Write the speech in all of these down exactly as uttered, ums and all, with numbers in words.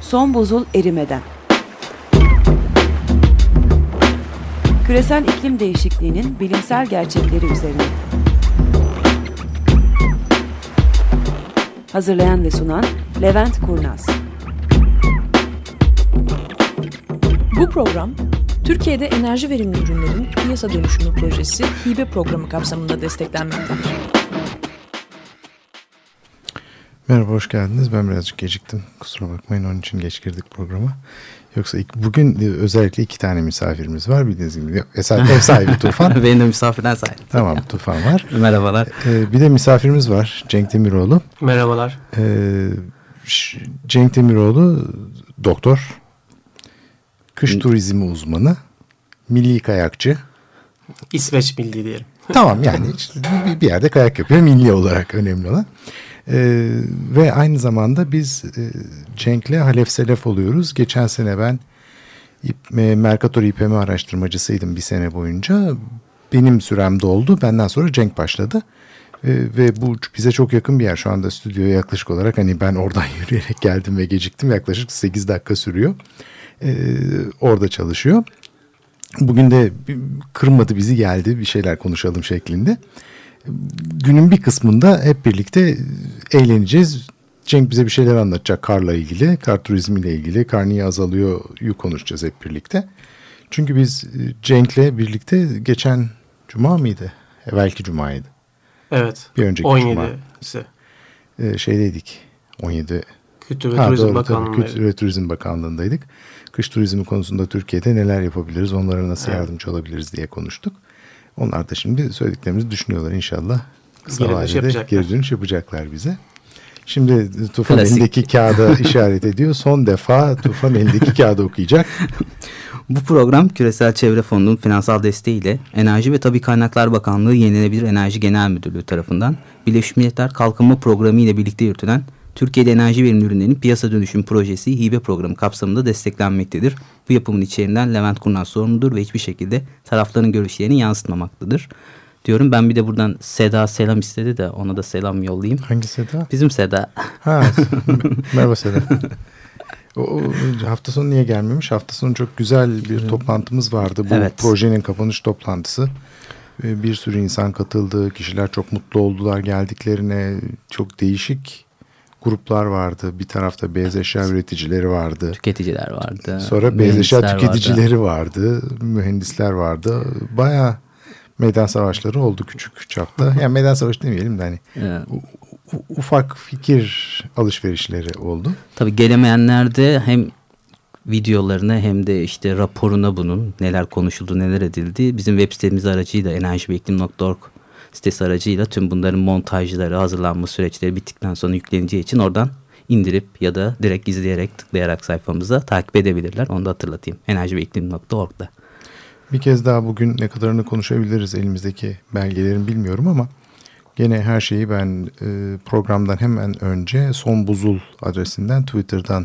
Son buzul erimeden. Küresel iklim değişikliğinin bilimsel gerçekleri üzerine. Hazırlayan ve sunan Levent Kurnaz. Bu program, Türkiye'de enerji verimli ürünlerin piyasa dönüşümü projesi hibe programı kapsamında desteklenmektedir. Merhaba, hoş geldiniz. Ben birazcık geciktim. Kusura bakmayın, onun için geç girdik programa. Yoksa ilk, bugün özellikle iki tane misafirimiz var. Bildiğiniz gibi ev sahibi Tufan. Benim de misafirden sahip. Tamam, Tufan var. Merhabalar. Ee, bir de misafirimiz var, Cenk Demiroğlu. Merhabalar. Ee, Cenk Demiroğlu doktor, kış Hı. turizmi uzmanı, milli kayakçı. İsveç milli diyelim. Tamam, yani işte bir yerde kayak yapıyor, milli olarak önemli olan. Ee, ve aynı zamanda biz e, Cenk'le halef selef oluyoruz. Geçen sene ben e, Mercator İ P M araştırmacısıydım bir sene boyunca. Benim sürem doldu. Benden sonra Cenk başladı. E, ve bu bize çok yakın bir yer. Şu anda stüdyoya yaklaşık olarak, hani ben oradan yürüyerek geldim ve geciktim. Yaklaşık sekiz dakika sürüyor. E, orada çalışıyor. Bugün de kırmadı bizi, geldi bir şeyler konuşalım şeklinde. Günün bir kısmında hep birlikte eğleneceğiz. Cenk bize bir şeyler anlatacak karla ilgili, kar turizmiyle ilgili, kar niye azalıyor konuşacağız hep birlikte. Çünkü biz Cenk'le birlikte geçen cuma mıydı? Evvelki cumaydı. Evet. Bir önceki on cuma. yedisi. Ee, şeydeydik. on yedi. Kültür ve ha, Turizm Bakanlığı'ndaydık. Kültür ve Turizm Bakanlığı'ndaydık. Kış turizmi konusunda Türkiye'de neler yapabiliriz, onlara nasıl evet. yardımcı olabiliriz diye konuştuk. Onlar da şimdi söylediklerimizi düşünüyorlar inşallah. Kısa geri vadede geri dönüş yapacaklar bize. Şimdi Tufan Klasik. elindeki kağıda işaret ediyor. Son defa Tufan elindeki kağıdı okuyacak. Bu program Küresel Çevre Fonu'nun finansal desteğiyle Enerji ve Tabii Kaynaklar Bakanlığı Yenilenebilir Enerji Genel Müdürlüğü tarafından Birleşmiş Milletler Kalkınma Programı ile birlikte yürütülen Türkiye'de enerji verimli ürünlerinin piyasa dönüşüm projesi hibe programı kapsamında desteklenmektedir. Bu yapımın içeriğinden Levent Kurnaz sorumludur ve hiçbir şekilde tarafların görüşlerini yansıtmamaktadır diyorum. Ben bir de buradan Seda selam istedi de ona da selam yollayayım. Hangi Seda? Bizim Seda. Ha, merhaba Seda. O, o, hafta sonu niye gelmemiş? Hafta sonu çok güzel bir toplantımız vardı. Bu evet. projenin kapanış toplantısı. Bir sürü insan katıldı. Kişiler çok mutlu oldular geldiklerine. Çok değişik gruplar vardı. Bir tarafta beyaz eşya üreticileri vardı. Tüketiciler vardı. Sonra beyaz eşya tüketicileri vardı. vardı. Mühendisler vardı. Bayağı meydan savaşları oldu küçük çapta. Yani meydan savaşı demeyelim de hani evet. u- ufak fikir alışverişleri oldu. Tabii gelemeyenler de hem videolarına hem de işte raporuna bunun neler konuşuldu, neler edildi. Bizim web sitemiz aracıyla enerji ve iklim nokta org sitesi aracıyla tüm bunların montajları, hazırlanma süreçleri bittikten sonra yükleneceği için oradan indirip ya da direkt izleyerek, tıklayarak sayfamıza takip edebilirler. Onu da hatırlatayım. enerji ve iklim nokta org'da. Bir kez daha bugün ne kadarını konuşabiliriz elimizdeki belgelerin bilmiyorum ama gene her şeyi ben e, programdan hemen önce Son Buzul adresinden Twitter'dan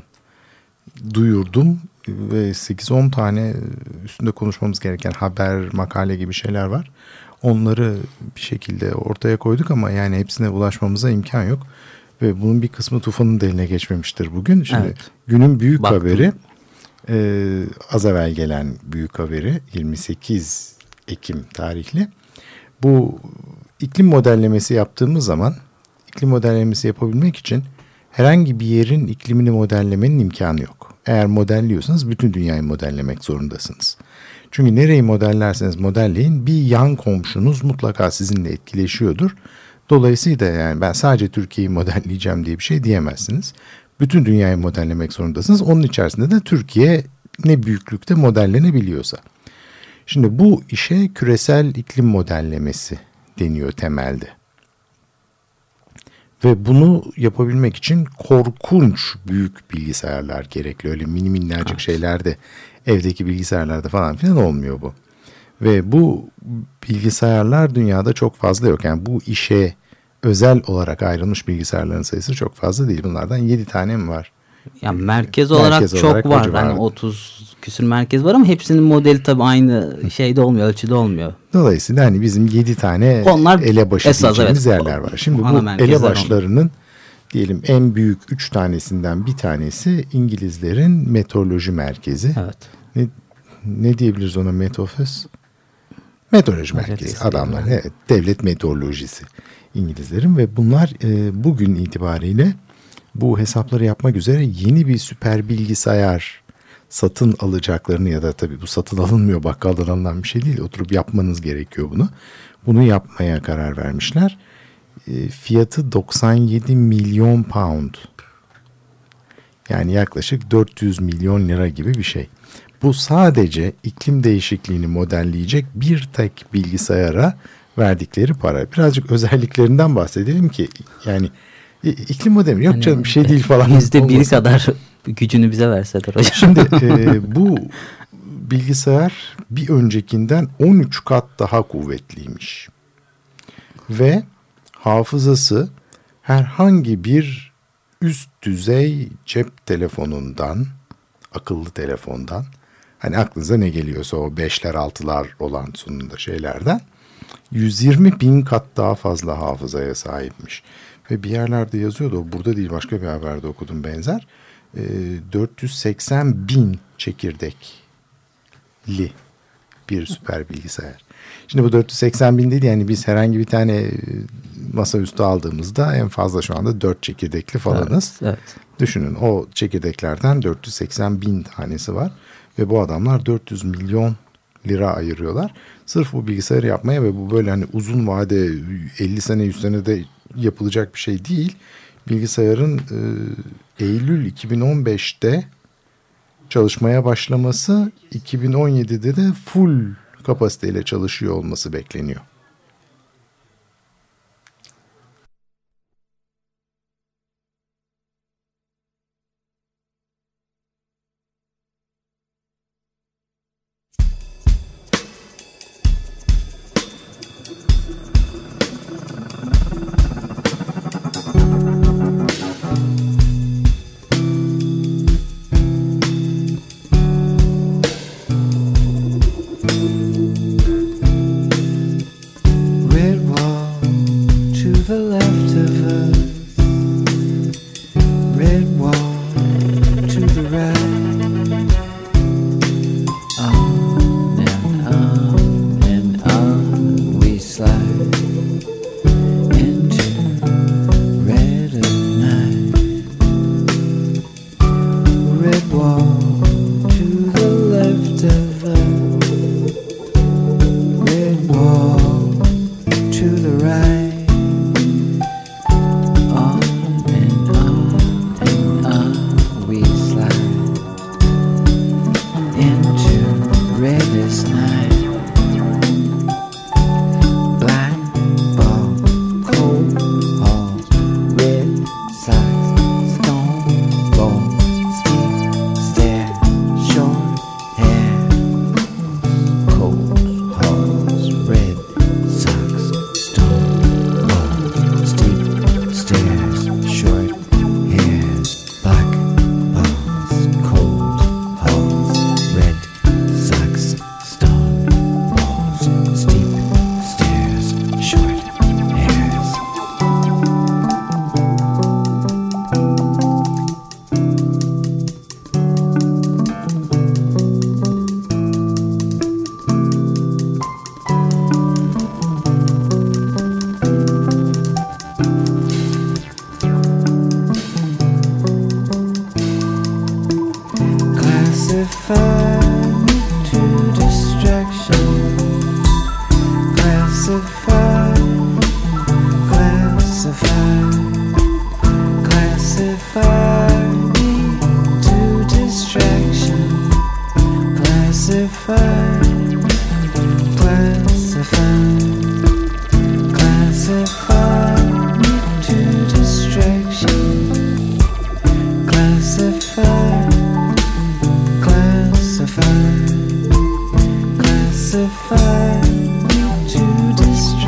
duyurdum ve sekiz on tane üstünde konuşmamız gereken haber, makale gibi şeyler var. Onları bir şekilde ortaya koyduk ama yani hepsine ulaşmamıza imkan yok. Ve bunun bir kısmı Tufan'ın da eline geçmemiştir bugün. Şimdi evet. günün büyük Baktım. haberi, e, az evvel gelen büyük haberi yirmi sekiz Ekim tarihli. Bu iklim modellemesi yaptığımız zaman, iklim modellemesi yapabilmek için herhangi bir yerin iklimini modellemenin imkanı yok. Eğer modelliyorsanız bütün dünyayı modellemek zorundasınız. Çünkü nereyi modellerseniz modelleyin bir yan komşunuz mutlaka sizinle etkileşiyordur. Dolayısıyla yani ben sadece Türkiye'yi modelleyeceğim diye bir şey diyemezsiniz. Bütün dünyayı modellemek zorundasınız. Onun içerisinde de Türkiye ne büyüklükte modellenebiliyorsa. Şimdi bu işe küresel iklim modellemesi deniyor temelde. Ve bunu yapabilmek için korkunç büyük bilgisayarlar gerekli. Öyle mini minnacık evet. şeylerde, evdeki bilgisayarlarda falan filan olmuyor bu. Ve bu bilgisayarlar dünyada çok fazla yok. Yani bu işe özel olarak ayrılmış bilgisayarların sayısı çok fazla değil. Bunlardan yedi tane mi var? Yani merkez olarak merkez çok olarak var. Hani otuz küsür merkez var ama hepsinin modeli tabii aynı şeyde olmuyor, ölçüde olmuyor. Dolayısıyla hani bizim yedi tane onlar elebaşı diyeceğimiz evet, yerler var. Şimdi bu elebaşlarının diyelim en büyük üç tanesinden bir tanesi İngilizlerin meteoroloji merkezi. Evet. Ne, ne diyebiliriz ona, Met Office? Meteoroloji Evet, merkezi. eskiden. Adamlar, evet, devlet meteorolojisi İngilizlerin ve bunlar e, bugün itibariyle bu hesapları yapmak üzere yeni bir süper bilgisayar satın alacaklarını, ya da tabii bu satın alınmıyor, bakkaldan alınan bir şey değil, oturup yapmanız gerekiyor bunu. Bunu yapmaya karar vermişler. E, fiyatı doksan yedi milyon pound. Yani yaklaşık dört yüz milyon lira gibi bir şey. Bu sadece iklim değişikliğini modelleyecek bir tek bilgisayara verdikleri para. Birazcık özelliklerinden bahsedelim ki yani iklim modeli yok canım, bir şey değil falan. Yüzde biri kadar gücünü bize verseler hocam. Şimdi e, bu bilgisayar bir öncekinden on üç kat daha kuvvetliymiş. Ve hafızası herhangi bir üst düzey cep telefonundan, akıllı telefondan, hani aklınıza ne geliyorsa o beşler altılar olan sonunda şeylerden yüz yirmi bin kat daha fazla hafızaya sahipmiş. Ve bir yerlerde yazıyordu, o burada değil başka bir haberde okudum benzer, e, dört yüz seksen bin çekirdekli bir süper bilgisayar. Şimdi bu dört yüz seksen bin değil, yani biz herhangi bir tane masaüstü aldığımızda en fazla şu anda dört çekirdekli falanız. Evet, evet. Düşünün, o çekirdeklerden dört yüz seksen bin tanesi var ve bu adamlar dört yüz milyon lira ayırıyorlar. Sırf bu bilgisayarı yapmaya ve bu böyle hani uzun vade elli sene yüz senede yapılacak bir şey değil. Bilgisayarın e, Eylül iki bin on beşte çalışmaya başlaması, iki bin on yedide de full kapasiteyle çalışıyor olması bekleniyor. Classify to distract.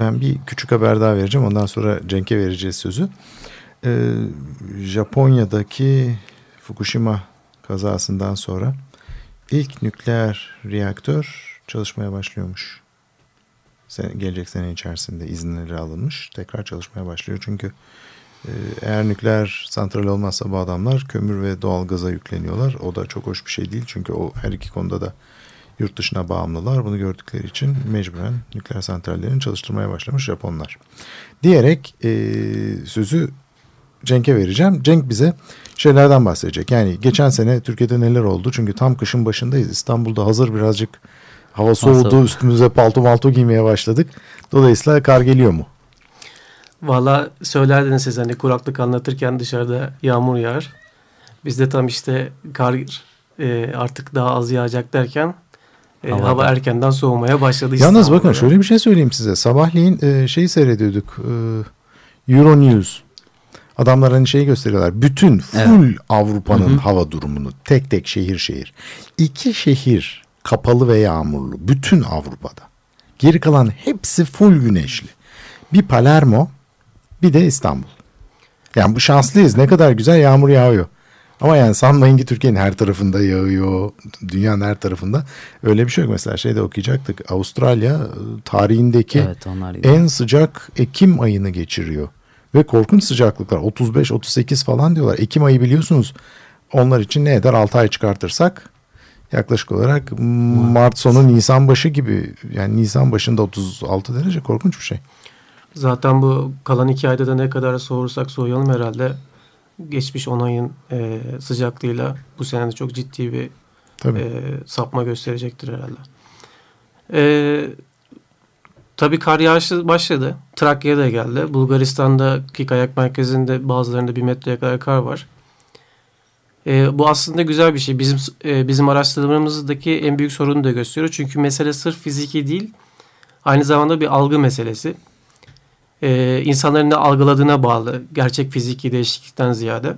Ben bir küçük haber daha vereceğim. Ondan sonra Cenk'e vereceğiz sözü. Ee, Japonya'daki Fukushima kazasından sonra ilk nükleer reaktör çalışmaya başlıyormuş. Sene, gelecek sene içerisinde izinleri alınmış. Tekrar çalışmaya başlıyor. Çünkü e, eğer nükleer santral olmazsa bu adamlar kömür ve doğalgaza yükleniyorlar. O da çok hoş bir şey değil. Çünkü o her iki konuda da yurt dışına bağımlılar. Bunu gördükleri için mecburen nükleer santrallerini çalıştırmaya başlamış Japonlar. Diyerek e, sözü Cenk'e vereceğim. Cenk bize şeylerden bahsedecek. Yani geçen sene Türkiye'de neler oldu? Çünkü tam kışın başındayız. İstanbul'da hazır birazcık hava soğudu. Üstümüze palto malto giymeye başladık. Dolayısıyla kar geliyor mu? Valla söylerdiniz siz hani kuraklık anlatırken dışarıda yağmur yağar. Bizde tam işte kar e, artık daha az yağacak derken e, hava erkenden soğumaya başladı. Yalnız bakın şöyle bir şey söyleyeyim size. Sabahleyin e, şeyi seyrediyorduk. E, Euronews. Adamlar hani şeyi gösteriyorlar. Bütün full evet. Avrupa'nın hı hı. hava durumunu tek tek şehir şehir. İki şehir kapalı ve yağmurlu. Bütün Avrupa'da. Geri kalan hepsi full güneşli. Bir Palermo, bir de İstanbul. Yani bu şanslıyız. Ne kadar güzel yağmur yağıyor. Ama yani sanmayın ki Türkiye'nin her tarafında yağıyor. Dünyanın her tarafında. Öyle bir şey yok. Mesela şeyde okuyacaktık. Avustralya tarihindeki evet, en sıcak Ekim ayını geçiriyor. Ve korkunç sıcaklıklar. otuz beş otuz sekiz falan diyorlar. Ekim ayı biliyorsunuz. Onlar için ne eder? altı ay çıkartırsak yaklaşık olarak Mart sonu Nisan başı gibi. Yani Nisan başında otuz altı derece korkunç bir şey. Zaten bu kalan iki ayda da ne kadar soğursak soğuyalım herhalde geçmiş on ayın e, sıcaklığıyla bu sene de çok ciddi bir e, sapma gösterecektir herhalde. E, tabii kar yağışı başladı. Trakya'ya da geldi. Bulgaristan'daki kayak merkezinde bazılarında bir metreye kadar kar var. E, bu aslında güzel bir şey. Bizim e, bizim araştırmamızdaki en büyük sorunu da gösteriyor. Çünkü mesele sırf fiziki değil, aynı zamanda bir algı meselesi. Ee, insanların ne algıladığına bağlı. Gerçek fiziki değişiklikten ziyade.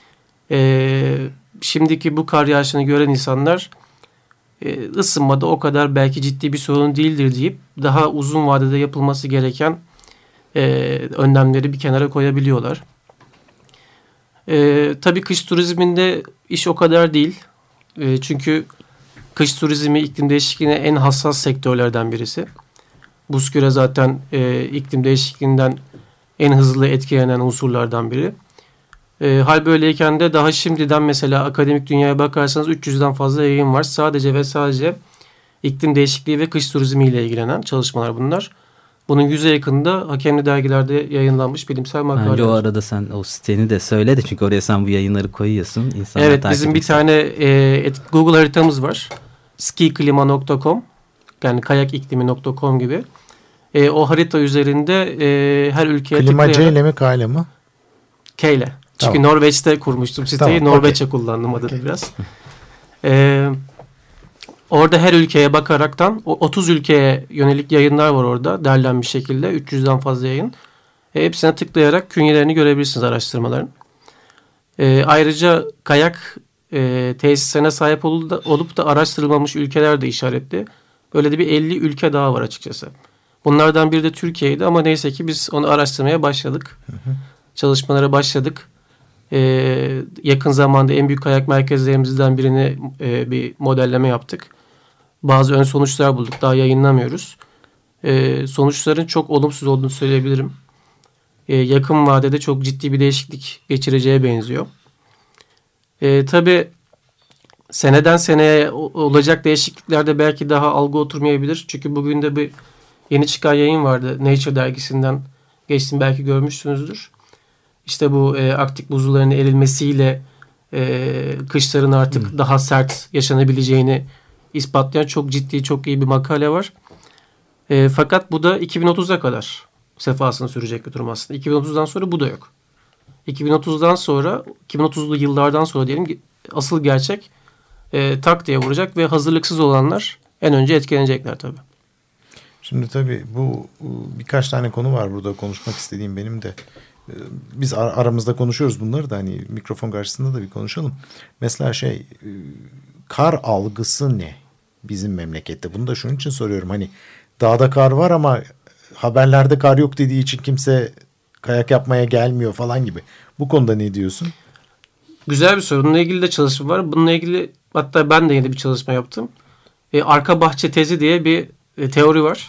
Ee, şimdiki bu kar yağışını gören insanlar e, ısınmada o kadar belki ciddi bir sorun değildir deyip daha uzun vadede yapılması gereken e, önlemleri bir kenara koyabiliyorlar. E, tabii kış turizminde iş o kadar değil. E, çünkü kış turizmi iklim değişikliğine en hassas sektörlerden birisi. Buzküre zaten e, iklim değişikliğinden en hızlı etkilenen unsurlardan biri. E, hal böyleyken de daha şimdiden mesela akademik dünyaya bakarsanız üç yüzden fazla yayın var. Sadece ve sadece iklim değişikliği ve kış turizmi ile ilgilenen çalışmalar bunlar. Bunun yüze yakınında hakemli dergilerde yayınlanmış bilimsel makaleler. Bence o arada sen o siteni de söyle de çünkü oraya sen bu yayınları koyuyorsun. İnsanlar evet bizim bir tane e, Google haritamız var. skiklima nokta com yani kayakiklimi nokta com gibi. E, o harita üzerinde e, her ülkeye Klima C ile mi K ile mi? K ile. Çünkü tamam. Norveç'te kurmuştum siteyi. Tamam, Norveç'e okay. kullandım adını okay. biraz. E, orada her ülkeye bakaraktan otuz ülkeye yönelik yayınlar var orada. Derlenmiş şekilde. üç yüzden fazla yayın. E, hepsine tıklayarak künyelerini görebilirsiniz araştırmaların. E, ayrıca kayak e, tesislerine sahip olup da, olup da araştırılmamış ülkeler de işaretli. Böyle de bir elli ülke daha var açıkçası. Bunlardan biri de Türkiye'ydi ama neyse ki biz onu araştırmaya başladık. Hı hı. Çalışmalara başladık. Ee, yakın zamanda en büyük kayak merkezlerimizden birini e, bir modelleme yaptık. Bazı ön sonuçlar bulduk. Daha yayınlamıyoruz. Ee, sonuçların çok olumsuz olduğunu söyleyebilirim. Ee, yakın vadede çok ciddi bir değişiklik geçireceğe benziyor. Ee, tabii seneden seneye olacak değişikliklerde belki daha algı oturmayabilir. Çünkü bugün de bir yeni çıkan yayın vardı. Nature dergisinden geçtim belki görmüşsünüzdür. İşte bu e, Arktik buzullarının erilmesiyle e, kışların artık hmm. daha sert yaşanabileceğini ispatlayan çok ciddi, çok iyi bir makale var. E, fakat bu da iki bin otuza kadar sefasını sürecek bir durum aslında. iki bin otuzdan sonra bu da yok. iki bin otuzdan sonra, iki bin otuzlu yıllardan sonra diyelim asıl gerçek e, tak diye vuracak ve hazırlıksız olanlar en önce etkilenecekler tabii. Şimdi tabii bu birkaç tane konu var burada konuşmak istediğim benim de. Biz aramızda konuşuyoruz bunları da hani mikrofon karşısında da bir konuşalım. Mesela şey kar algısı ne bizim memlekette? Bunu da şunun için soruyorum. Hani dağda kar var ama haberlerde kar yok dediği için kimse kayak yapmaya gelmiyor falan gibi. Bu konuda ne diyorsun? Güzel bir soru. Bununla ilgili de çalışma var. Bununla ilgili hatta ben de yeni bir çalışma yaptım. E, arka bahçe tezi diye bir e, teori var.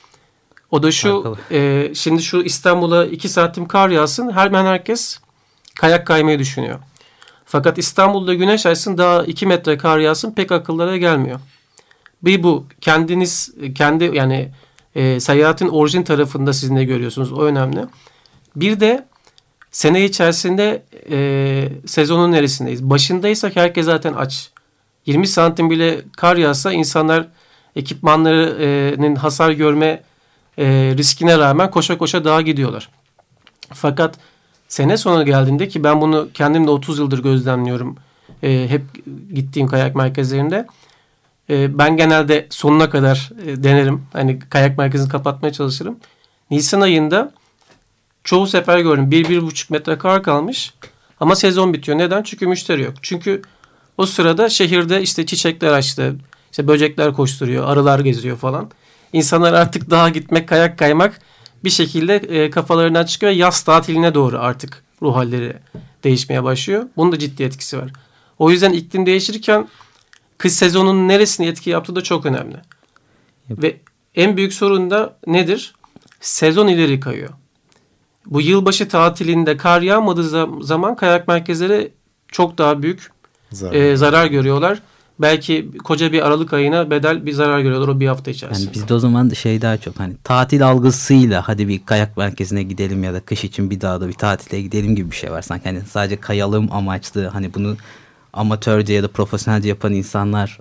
O da şu, e, şimdi şu İstanbul'a iki saatim kar yağsın, hemen herkes kayak kaymayı düşünüyor. Fakat İstanbul'da güneş açsın, daha iki metre kar yağsın, pek akıllara gelmiyor. Bir bu, kendiniz, kendi yani e, seyahatin orijin tarafında siz ne görüyorsunuz, o önemli. Bir de sene içerisinde e, sezonun neresindeyiz? Başındaysak herkes zaten aç. yirmi santim bile kar yağsa insanlar ekipmanlarının hasar görme e, riskine rağmen koşa koşa dağa gidiyorlar. Fakat sene sonu geldiğinde, ki ben bunu kendim de otuz yıldır gözlemliyorum e, hep gittiğim kayak merkezlerinde, e, ben genelde sonuna kadar e, denerim. Hani kayak merkezini kapatmaya çalışırım. Nisan ayında çoğu sefer gördüm bir bir buçuk metre kar kalmış ama sezon bitiyor. Neden? Çünkü müşteri yok. Çünkü o sırada şehirde işte çiçekler açtı, işte böcekler koşturuyor, arılar geziyor falan. İnsanlar artık dağa gitmek, kayak kaymak bir şekilde e, kafalarından çıkıyor. Yaz tatiline doğru artık ruh halleri değişmeye başlıyor. Bunun da ciddi etkisi var. O yüzden iklim değişirken kış sezonunun neresine etki yaptığı da çok önemli. Yep. Ve en büyük sorun da nedir? Sezon ileri kayıyor. Bu yılbaşı tatilinde kar yağmadığı zaman kayak merkezleri çok daha büyük zarar, e, zarar görüyorlar. Belki koca bir Aralık ayına bedel bir zarar görüyorlar o bir hafta içerisinde. Yani bizde o zaman şey daha çok hani tatil algısıyla hadi bir kayak merkezine gidelim ya da kış için bir dağda bir tatile gidelim gibi bir şey var. Sanki hani sadece kayalım amaçlı, hani bunu amatörce ya da profesyonelce yapan insanlar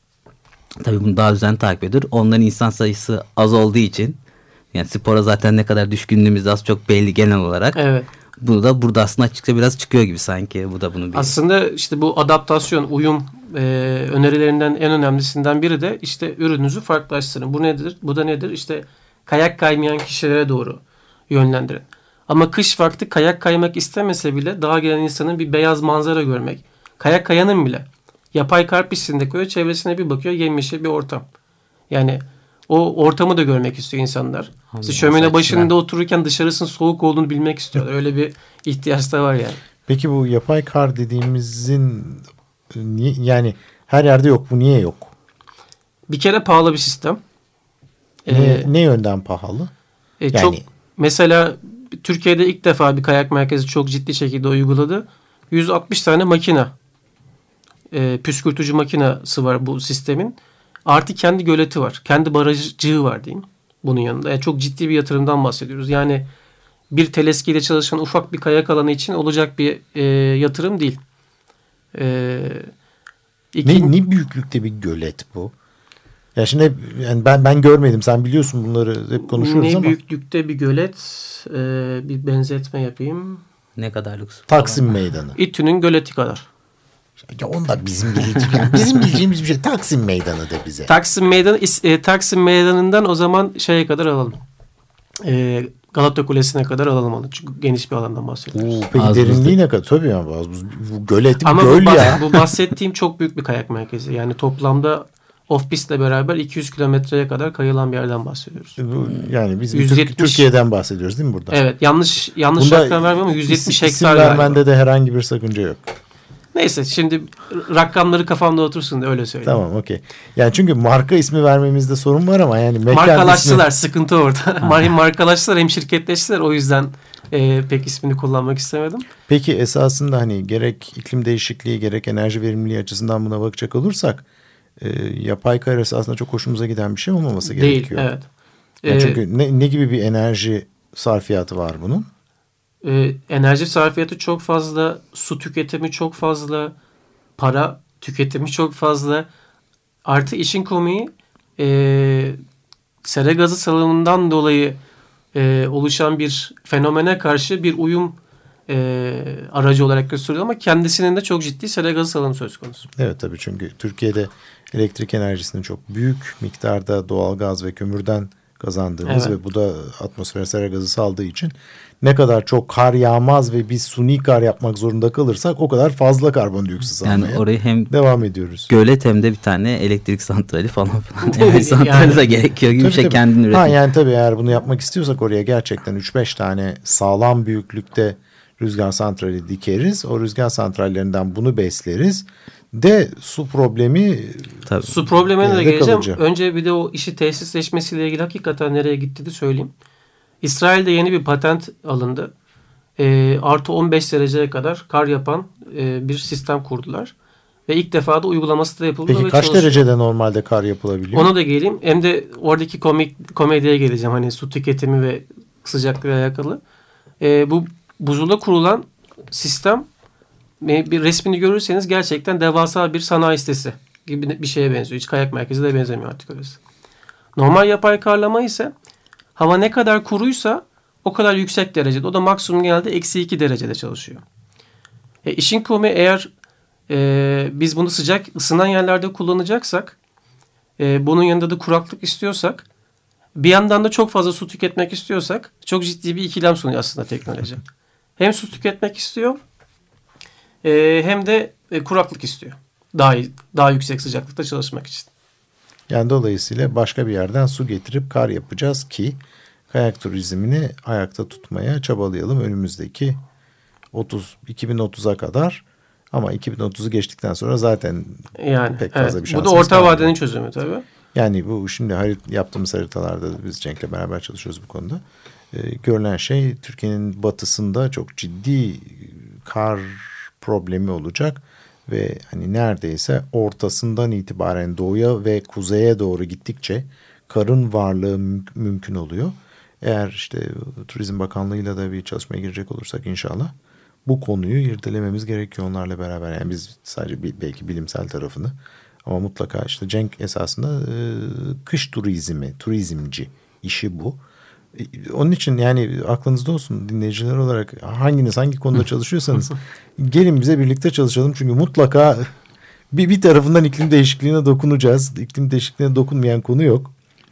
tabii bunu daha düzenli takip ediyor. Onların insan sayısı az olduğu için, yani spora zaten ne kadar düşkünlüğümüz az çok belli genel olarak. Evet. Bu da burada aslında açıkça biraz çıkıyor gibi sanki. Bu da bunu bir... Aslında işte bu adaptasyon, uyum e, önerilerinden en önemlisinden biri de işte ürününüzü farklılaştırın. Bu nedir? Bu da nedir? İşte kayak kaymayan kişilere doğru yönlendirin. Ama kış vakti kayak kaymak istemese bile dağa gelen insanın bir beyaz manzara görmek. Kayak kayanın bile yapay kar pistinde koyuyor, çevresine bir bakıyor, yemyeşil bir ortam. Yani o ortamı da görmek istiyor insanlar. İşte şömine başında otururken dışarısının soğuk olduğunu bilmek istiyorlar. Öyle bir ihtiyaç da var yani. Peki bu yapay kar dediğimizin yani her yerde yok. Bu niye yok? Bir kere pahalı bir sistem. Ne, ee, ne yönden pahalı? E, yani... Çok mesela Türkiye'de ilk defa bir kayak merkezi çok ciddi şekilde uyguladı. yüz altmış tane makine, e, püskürtücü makinesi var bu sistemin. Artı kendi göleti var. Kendi barajcığı var diyeyim bunun yanında. Yani çok ciddi bir yatırımdan bahsediyoruz. Yani bir teleskiyle çalışan ufak bir kayak alanı için olacak bir e, yatırım değil. E, iki... ne, ne büyüklükte bir gölet bu? Ya şimdi yani ben ben görmedim. Sen biliyorsun, bunları hep konuşuyoruz ne ama. Ne büyüklükte bir gölet? E, bir benzetme yapayım. Ne kadar lüks? Taksim Meydanı. İTÜ'nün göleti kadar. Ya onda bizim bildiğimiz, yani bizim bildiğimiz bir şey. Taksim Meydanı da bize. Taksim Meydanı, e, Taksim Meydanı'ndan o zaman şeye kadar alalım. E, Galata Kulesi'ne kadar alalım onu. Çünkü geniş bir alandan bahsediyoruz. Oo, peki az derinliği ne kadar? Tabii ya. Bu gölet bir Ama göl bu, ya. bu bahsettiğim çok büyük bir kayak merkezi. Yani toplamda off-pist'le beraber iki yüz kilometreye kadar kayılan bir yerden bahsediyoruz. Yani biz yüz yetmiş Türkiye'den bahsediyoruz değil mi burada? Evet. Yanlış yanlış rakam vermiyorum ama yüz yetmiş hektar isim vermende galiba de herhangi bir sakınca yok. Neyse, şimdi rakamları kafamda otursun da öyle söyleyeyim. Tamam, okey. Yani çünkü marka ismi vermemizde sorun var ama yani mekan markalaştılar, ismi... sıkıntı orada. Hem markalaştılar hem şirketleştiler. O yüzden e, pek ismini kullanmak istemedim. Peki esasında hani gerek iklim değişikliği gerek enerji verimliliği açısından buna bakacak olursak e, yapay kar esasında çok hoşumuza giden bir şey olmaması Değil, gerekiyor. Evet. Yani çünkü ee, ne, ne gibi bir enerji sarfiyatı var bunun? E, enerji sarfiyatı çok fazla, su tüketimi çok fazla, para tüketimi çok fazla. Artı işin komiği e, sera gazı salımından dolayı e, oluşan bir fenomene karşı bir uyum e, aracı olarak gösteriyor ama kendisinin de çok ciddi sera gazı salımı söz konusu. Evet tabii, çünkü Türkiye'de elektrik enerjisini çok büyük miktarda doğalgaz ve kömürden kazandığımız, evet, ve bu da atmosfere sera gazı saldığı için ne kadar çok kar yağmaz ve biz suni kar yapmak zorunda kalırsak o kadar fazla karbondioksit salmaya yani orayı hem devam ediyoruz. Gölet hem de bir tane elektrik santrali falan filan. Enerji santrali yani, de gerekiyor gibi tabii, bir şey tabii. Kendin üretin. Ha, yani tabii eğer bunu yapmak istiyorsak oraya gerçekten üç beş tane sağlam büyüklükte rüzgar santrali dikeriz. O rüzgar santrallerinden bunu besleriz. De su problemi tabii. Su problemine de geleceğim. Kalıcı. Önce bir de o işi tesisleşmesiyle ilgili hakikaten nereye gittiğini söyleyeyim. İsrail'de yeni bir patent alındı. E, artı on beş dereceye kadar kar yapan e, bir sistem kurdular. Ve ilk defa da uygulaması da yapıldı. Peki ve kaç çalışıyor. derecede normalde kar yapılabiliyor? Ona da geleyim. Hem de oradaki komik komediye geleceğim. Hani su tüketimi ve sıcaklığa alakalı. E, bu buzula kurulan sistem, bir resmini görürseniz gerçekten devasa bir sanayi sitesi gibi bir şeye benziyor. Hiç kayak merkezi de benzemiyor artık orası. Normal yapay karlama ise hava ne kadar kuruysa o kadar yüksek derecede. O da maksimum genelde eksi iki derecede çalışıyor. E, işin komiği eğer e, biz bunu sıcak ısınan yerlerde kullanacaksak, e, bunun yanında da kuraklık istiyorsak, bir yandan da çok fazla su tüketmek istiyorsak çok ciddi bir ikilem sunuyor aslında teknoloji. Hem su tüketmek istiyor e, hem de e, kuraklık istiyor. Daha daha yüksek sıcaklıkta çalışmak için. Yani dolayısıyla başka bir yerden su getirip kar yapacağız ki kayak turizmini ayakta tutmaya çabalayalım önümüzdeki otuz iki bin otuza kadar. Ama iki bin otuzu geçtikten sonra zaten yani, pek fazla evet. bir şansımız Bu da orta kalmıyor. vadenin çözümü tabii. Yani bu şimdi harit, yaptığımız haritalarda da biz Cenk'le beraber çalışıyoruz bu konuda. Ee, görülen şey Türkiye'nin batısında çok ciddi kar problemi olacak. Ve hani neredeyse ortasından itibaren doğuya ve kuzeye doğru gittikçe karın varlığı müm- mümkün oluyor. Eğer işte Turizm Bakanlığı'yla da bir çalışmaya girecek olursak inşallah bu konuyu irdelememiz gerekiyor onlarla beraber. Yani biz sadece bir, belki bilimsel tarafını ama mutlaka işte Cenk esasında e, kış turizmi, turizmci işi bu. E, onun için yani aklınızda olsun dinleyiciler olarak hanginiz hangi konuda çalışıyorsanız gelin bize birlikte çalışalım. Çünkü mutlaka bir, bir tarafından iklim değişikliğine dokunacağız. İklim değişikliğine dokunmayan konu yok.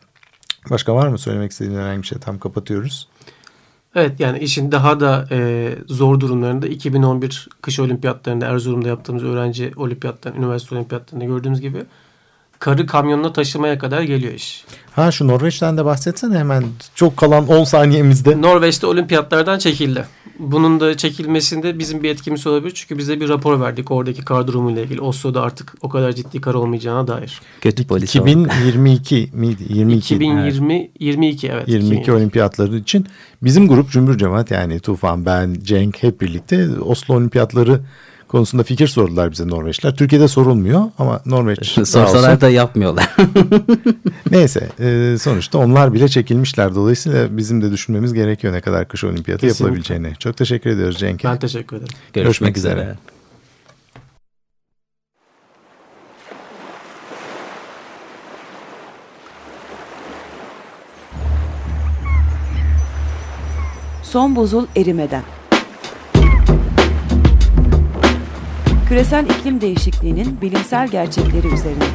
Başka var mı söylemek istediğin herhangi bir şey? Tam kapatıyoruz. Evet, yani işin daha da e, zor durumlarında iki bin on bir kış olimpiyatlarında Erzurum'da yaptığımız öğrenci olimpiyatlarında, üniversite olimpiyatlarında gördüğümüz gibi karı kamyonla taşımaya kadar geliyor iş. Ha şu Norveç'ten de bahsetsene hemen çok kalan on saniyemizde. Norveç'te olimpiyatlardan çekildi. Bunun da çekilmesinde bizim bir etkimiz olabilir. Çünkü bize bir rapor verdik oradaki kar durumuyla ilgili. Oslo'da artık o kadar ciddi kar olmayacağına dair. Kötü polis iki bin yirmi iki miydi? yirmi iki. iki bin yirmi evet. yirmi iki evet. yirmi iki iki bin yirmi iki olimpiyatları için bizim grup Cümbür Cemaat yani Tufan, ben, Cenk hep birlikte Oslo olimpiyatları konusunda fikir sordular bize Norveçler. Türkiye'de sorulmuyor ama Norveç sorsalar da yapmıyorlar. Neyse e, sonuçta onlar bile çekilmişler. Dolayısıyla bizim de düşünmemiz gerekiyor ne kadar kış olimpiyatı kesinlikle yapılabileceğini. Çok teşekkür ediyoruz Cenk'e. Ben teşekkür ederim. Görüşmek, Görüşmek üzere. üzere. Son buzul erimeden. Küresel iklim değişikliğinin bilimsel gerçekleri üzerine.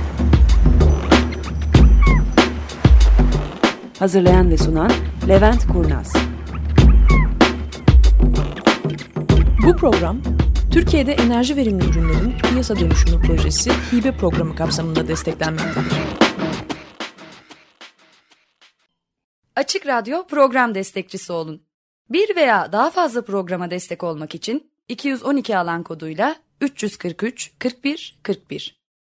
Hazırlayan ve sunan Levent Kurnaz. Bu program, Türkiye'de enerji verimli ürünlerin piyasa dönüşümü projesi hibe programı kapsamında desteklenmektedir. Açık Radyo program destekçisi olun. Bir veya daha fazla programa destek olmak için iki yüz on iki alan koduyla üç yüz kırk üç kırk bir kırk bir